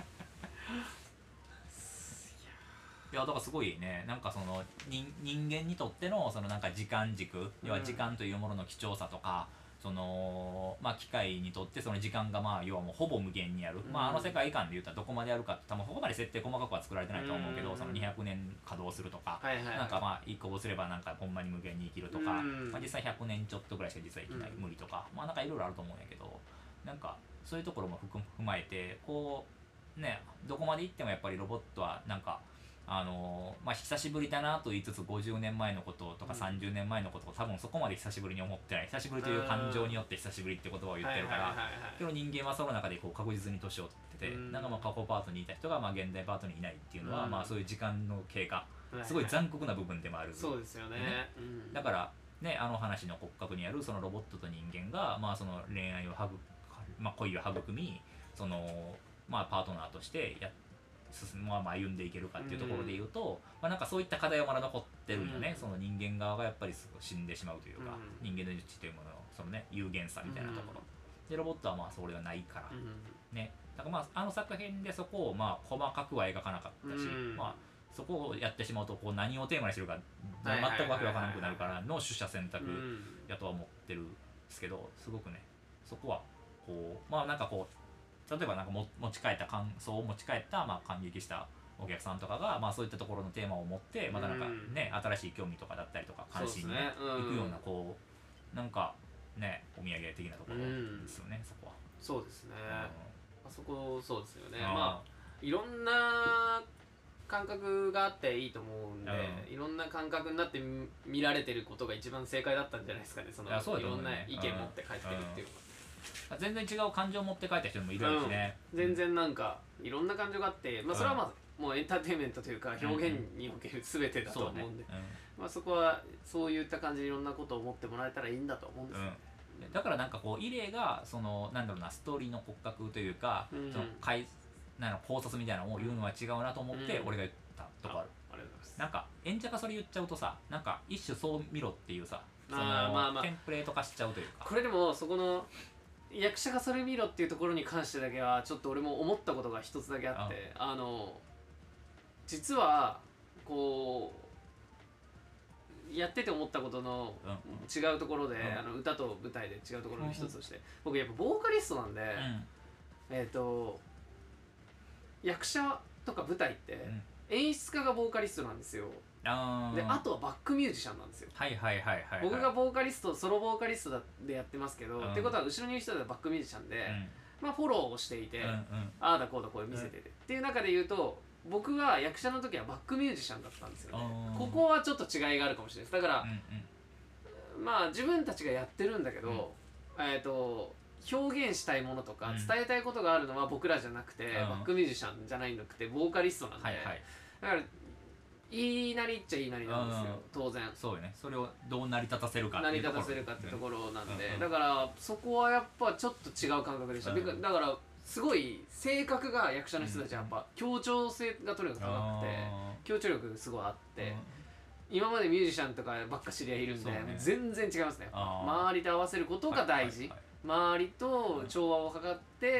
いやだからすごいね、なんかその 人, 人間にとってのそのなんか時間軸、要は時間というものの貴重さとか、そのまあ機械にとってその時間がまあ要はもうほぼ無限にある、うん、まああの世界観で言ったらどこまでやるかって多分そこまで設定細かくは作られてないと思うけど、うん、そのにひゃくねん稼働するとか、はいはいはい、なんかまあ一個すればなんかほんまに無限に生きるとか、うん、まあ、実際ひゃくねんちょっとぐらいしか実は生きない、うん、無理とか、まあなんかいろいろあると思うんやけど、なんかそういうところも踏まえてこうねどこまで行ってもやっぱりロボットはなんかあのーまあ、久しぶりだなと言いつつごじゅうねんまえのこととかさんじゅうねんまえのことを多分そこまで久しぶりに思ってない、久しぶりという感情によって久しぶりって言葉を言ってるから、けど人間はその中でこう確実に年を取ってて、なんかまあ過去パートにいた人がまあ現代パートにいないっていうのは、まあそういう時間の経過すごい残酷な部分でもある、 そうですよね、 うん、だからねあの話の骨格にあるそのロボットと人間がまあその恋愛を育、まあ、恋を育みそのまあパートナーとしてやって進まあ歩んでいけるかっていうところで言うと、うんまあ、なんかそういった課題はまだ残ってるんよね、うん、その人間側がやっぱり死んでしまうというか、うん、人間の命というもののそのね有限さみたいなところ、うん、でロボットはまあそれがないから、うん、ねだからまああの作品でそこをまあ細かくは描かなかったし、うん、まあそこをやってしまうとこう何をテーマにしてるか全くわけわからなくなるからの取捨選択やとは思ってるんですけど、すごくねそこはこうまあなんかこう例えばなんかも持ち帰った感想を持ち帰ったまあ感激したお客さんとかがまあそういったところのテーマを持ってまたなんかね、うん、新しい興味とかだったりとか関心に、ねうん、行くようなこうなんかねお土産的なところですよね、うん、そこは。 そうですね、うん、あそこそうですよね。まあいろんな感覚があっていいと思うんで、うん、いろんな感覚になって見られてることが一番正解だったんじゃないですかね。そのいやそうだと思うね、いろんな意見持って帰ってるっていうのが、 うん、全然違う感情を持って帰った人もいるしね、 うん、全然なんかいろんな感情があって、まあ、それはまあ、うん、もうエンターテインメントというか表現における全てだと思うんで、うんねうんまあ、そこはそういった感じでいろんなことを思ってもらえたらいいんだと思うんですよね、 うん、だからなんかこうイレイがそのなんだろうなストーリーの骨格というか、うん、その解なん考察みたいなのを言うのは違うなと思って俺が言ったとかある、うん、ありがとうございます。なんか演者がそれ言っちゃうとさなんか一種そう見ろっていうさそのまあまあテンプレート化しちゃうというか、 これでもそこの役者がそれ見ろっていうところに関してだけはちょっと俺も思ったことが一つだけあって、あの実はこうやってて思ったことの違うところで、うん、あの歌と舞台で違うところの一つとして、うん、僕やっぱボーカリストなんで、うん、えっと役者とか舞台って演出家がボーカリストなんですよ。あであとはバックミュージシャンなんですよ。 はいはいはいはい、はい、 僕がボーカリストソロボーカリストでやってますけど、うん、ってことは後ろにいる人はバックミュージシャンで、うん、まあフォローをしていて、うんうん、ああだこうだこう見せてて、うん、っていう中で言うと僕が役者の時はバックミュージシャンだったんですよね。ここはちょっと違いがあるかもしれないです。だから、うんうん、まあ自分たちがやってるんだけど、うん、えっと表現したいものとか伝えたいことがあるのは僕らじゃなくて、うん、バックミュージシャンじゃないのくてボーカリストなんで、はいはい、だから言いなりっちゃ言いなりなんですよ、当然。 そうよね。それをどう成り立たせるかっていうところ、成り立たせるかってところなんで、うんうん、だからそこはやっぱちょっと違う感覚でした、うん、だからすごい性格が役者の人たちはやっぱ協調性がとにかく高くて協調力すごいあって、うん、今までミュージシャンとかばっか知り合いいるんで、ね、全然違いますね。周りと合わせることが大事、はいはいはい、周りと調和を図って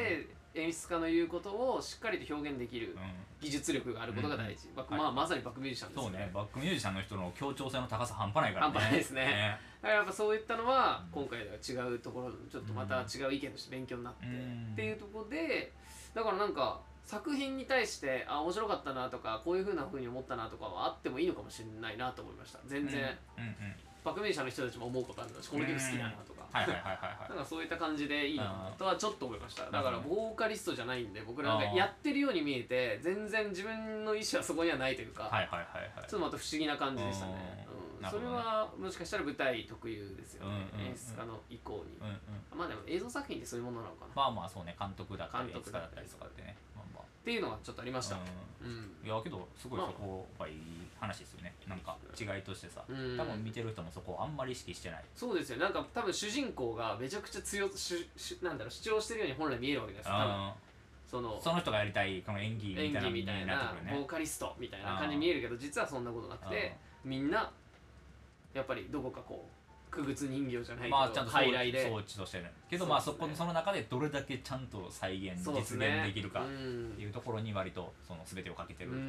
演出家の言うことをしっかりと表現できる技術力があることが大事、うん、まあ、まさにバックミュージシャンですね。そうね、バックミュージシャンの人の協調性の高さ半端ないからね。 半端ないですね。ね、だからやっぱそういったのは今回では違うところのちょっとまた違う意見として勉強になって、うん、っていうところで、だからなんか作品に対してあ面白かったなとかこういう風な風に思ったなとかはあってもいいのかもしれないなと思いました。全然、うんうんうん、バックミュージシャンの人たちも思うことあるし、この曲好きだなとか、なんかそういった感じでいいなとはちょっと思いました。だからボーカリストじゃないんで、僕なんかやってるように見えて全然自分の意思はそこにはないというか、ちょっとまた不思議な感じでしたね。うん、それはもしかしたら舞台特有ですよね、うんうんうん、演出家の意向に、うんうん、まあでも映像作品ってそういうものなのかな。 まあまあそうね、監督だったり演出家だったりとかってね、まあまあ、 っていうのがちょっとありました。 うん、うん、いやけどすごいそこはいい話ですよね。なんか違いとしてさ、うん、多分見てる人もそこをあんまり意識してない。 そうですよ。なんか多分主人公がめちゃくちゃ強ししなんだろう主張してるように本来見えるわけですよ。多分そのその人がやりたいこの演技みたいな演技みたいなボーカリストみたいな感じに見えるけど、実はそんなことなくて、みんなやっぱりどこかこう傀儡人形じゃないけど、 まあ、ちゃんと傀儡で装置としてるけど、まあそこのその中でどれだけちゃんと再現、実現できるかっていうところに割とその全てをかけてる。うん、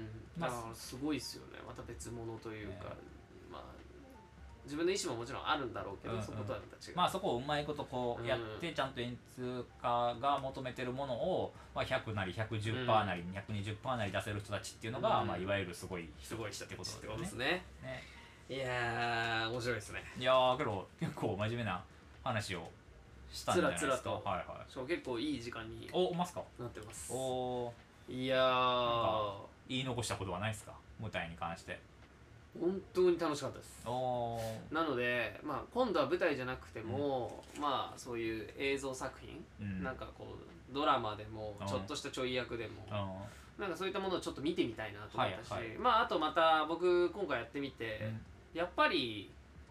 だからすごいですよね。また別物というか、ね、まあ自分の意思ももちろんあるんだろうけど、うんうん、そことはまた違う。 まあそこをうまいことこうやって、うん、ちゃんと演出家が求めてるものを、まあ、ひゃくなり ひゃくじゅっパーセント なり ひゃくにじゅっパーセント なり出せる人たちっていうのが、うん、まあ、いわゆるすごい人たちってことですね。ね、いやー面白いですね。 いやーけど結構真面目な話をしたんじゃないですか。つらつらと、 はいはい、そう結構いい時間におますかなってます。 おいやー言い残したことはないですか、舞台に関して。 本当に楽しかったです。なので、まあ、今度は舞台じゃなくても、うん、まあそういう映像作品、うん、なんかこうドラマでもちょっとしたちょい役でも、うん、なんかそういったものをちょっと見てみたいなと思ったし、はいはい、まああとまた僕今回やってみて、うん、やっぱり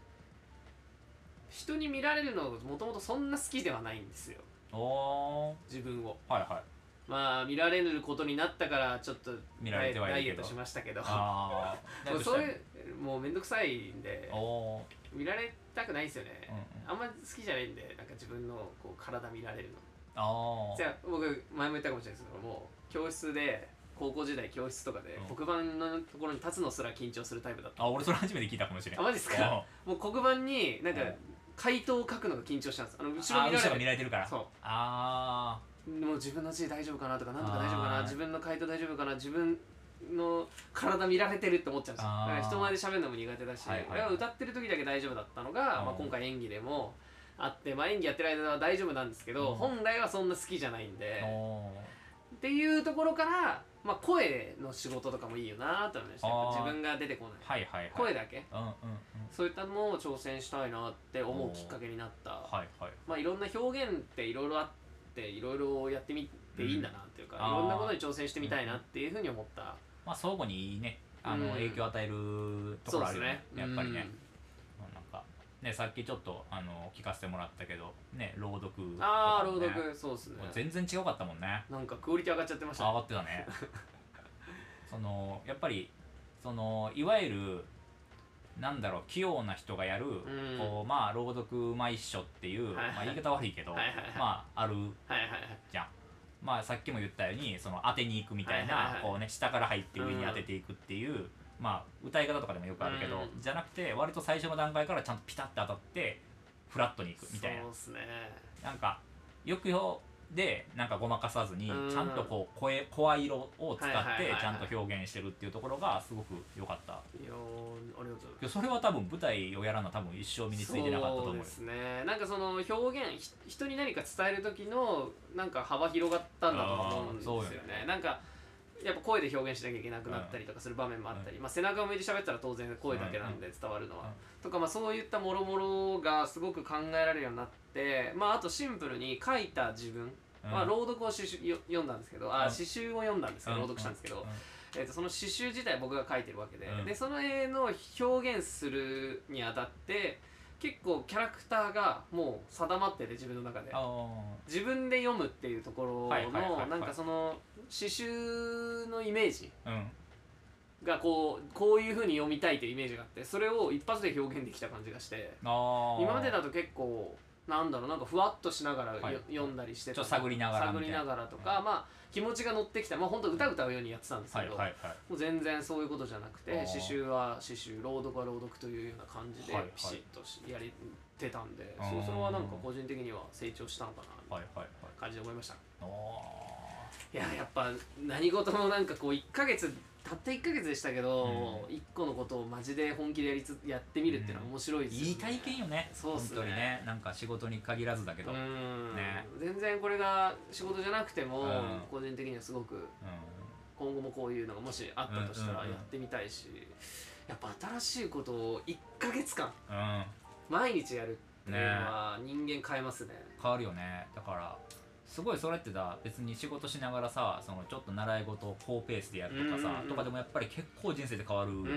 人に見られるのもともとそんな好きではないんですよ、自分を。はいはい、まあ見られることになったからちょっと見られてはいるけどダイエットしましたけど、あもうそういうもうめんどくさいんで見られたくないんですよね、うんうん、あんまり好きじゃないんで、なんか自分のこう体見られるの。あじゃあ僕前も言ったかもしれないですけども、教室で高校時代教室とかで黒板のところに立つのすら緊張するタイプだった。 あ俺それ初めて聞いたかもしれない。 あマジですか。もう黒板になんか回答を書くのが緊張したんです。あの後ろ見られて見られてるから。そうああもう自分の字大丈夫かなとか、なんとか大丈夫かな、自分の回答大丈夫かな、自分の体見られてるって思っちゃうんですよ。だから人前で喋るのも苦手だし、はいはいはい、歌ってる時だけ大丈夫だったのが、まあ、今回演技でもあって、まあ、演技やってる間は大丈夫なんですけど、本来はそんな好きじゃないんでっていうところから、まあ、声の仕事とかもいいよなと思いました。自分が出てこない、はいはいはい、声だけ、うんうんうん、そういったのを挑戦したいなって思うきっかけになった、はいはい、まあいろんな表現っていろいろあっていろいろやってみていいんだなっていうか、うん、いろんなことに挑戦してみたいなっていうふうに思った、うん、 まあ相互にねあの、うん、影響を与えるところあるよね、やっぱりね、うん、なんかねさっきちょっとあの聞かせてもらったけどね朗読とか、ね、 ああ朗読そうですね、 全然違かったもんね。 なんかクオリティ上がっちゃってましたね。 上がってたねそのやっぱりそのいわゆるなんだろう器用な人がやる、うん、こうまあ朗読まあ一緒っていう、はいはい、まあ、言い方悪いけど、はいはいはい、まあある、はいはいはい、じゃん。まあさっきも言ったようにその当てに行くみたいな、はいはいはい、こうね下から入って上に当てていくっていう、うん、まあ歌い方とかでもよくあるけど、うん、じゃなくて割と最初の段階からちゃんとピタッて当たってフラットにいくみたいな。 そうっすね。 なんか抑揚でなんかごまかさずにちゃんとこう声声色を使ってちゃんと表現してるっていうところがすごく良かった。 いやーありがとうございます。 それは多分舞台をやらな多分一生身についてなかったと思う。 そうですね。なんかその表現人に何か伝える時のなんか幅広がったんだと思うんですよね。よねなんかやっぱ声で表現しなきゃいけなくなったりとかする場面もあったり、うん、まあ背中を向いて喋ったら当然声だけなんで伝わるのは、うんうん、とかまあそういったもろもろがすごく考えられるようになって、まああとシンプルに書いた自分、うん、まあ朗読をし読んだんですけど、あ詩集を読んだんですけど、朗読したんですけど、えー、とその詩集自体僕が書いてるわけで、うん、でその絵の表現するにあたって結構キャラクターがもう定まってて自分の中で自分で読むっていうところのなんかその詩集のイメージがこうこういう風に読みたいというイメージがあって、それを一発で表現できた感じがして、今までだと結構なんだろうなんかふわっとしながら、 はい、 読んだりしてたちょっと探りながら探りながらとか、うん、まあ気持ちが乗ってきたまあ本当歌歌うようにやってたんですけど、はいはいはい、もう全然そういうことじゃなくて詩集は詩集朗読は朗読というような感じでピシッとやりてたんで、はいはい、そうそれはなんか個人的には成長したのかなみたいな感じで思いました。いややっぱ何事もなんかこういっかげつたったいっかげつでしたけど、うん、いっこのことをマジで本気でやりつやってみるっていうのは面白いですよね、うん、いい体験よね。そうっすね、本当にね。なんか仕事に限らずだけど、 うんね、全然これが仕事じゃなくても、うん、個人的にはすごく、うん、今後もこういうのがもしあったとしたらやってみたいし、うんうんうん、やっぱ新しいことをいっかげつかん、うん、毎日やるっていうのは人間変えますね。 変わるよね。だからすごいそれってさ別に仕事しながらさそのちょっと習い事を高ペースでやるとかさ、うんうん、とかでもやっぱり結構人生で変わるよね、うん、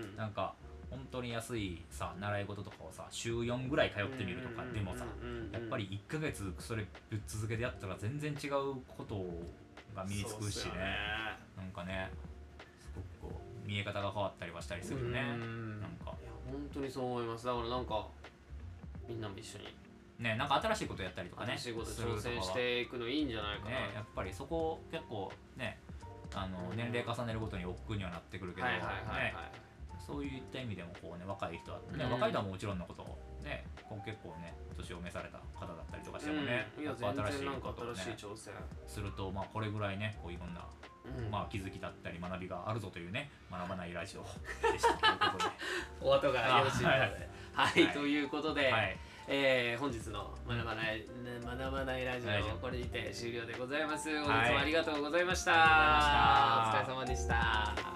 なんか本当に安いさ習い事とかをさ週よんぐらい通ってみるとかでもさ、やっぱりいっかげつそれぶっ続けてやったら全然違うことが身につくしね、なんかねすごくこう見え方が変わったりはしたりするよね、うん、なんかいや本当にそう思います。だからなんかみんなも一緒にね、なんか新しいことやったりとかね、 新しいこと挑戦していくのいいんじゃないかな、 ね、やっぱりそこ結構ねあの年齢重ねるごとに億劫にはなってくるけど、そういった意味でもこう、ね、若い人は、ね、うん、若い人はもちろんのこと、ね、こう結構ね年を召された方だったりとかしてもね、 うん、やっぱ新しいことを、ね、新しい挑戦すると、まあ、これぐらいねこういろんな、うんまあ、気づきだったり学びがあるぞというね学ばないラジオでしたということでお後がよろしいのではい、はいはい、ということで、はいえー、本日の学ばない、学ばないラジオこれにて終了でございます。本日もありがとうございました。はい、お疲れ様でした。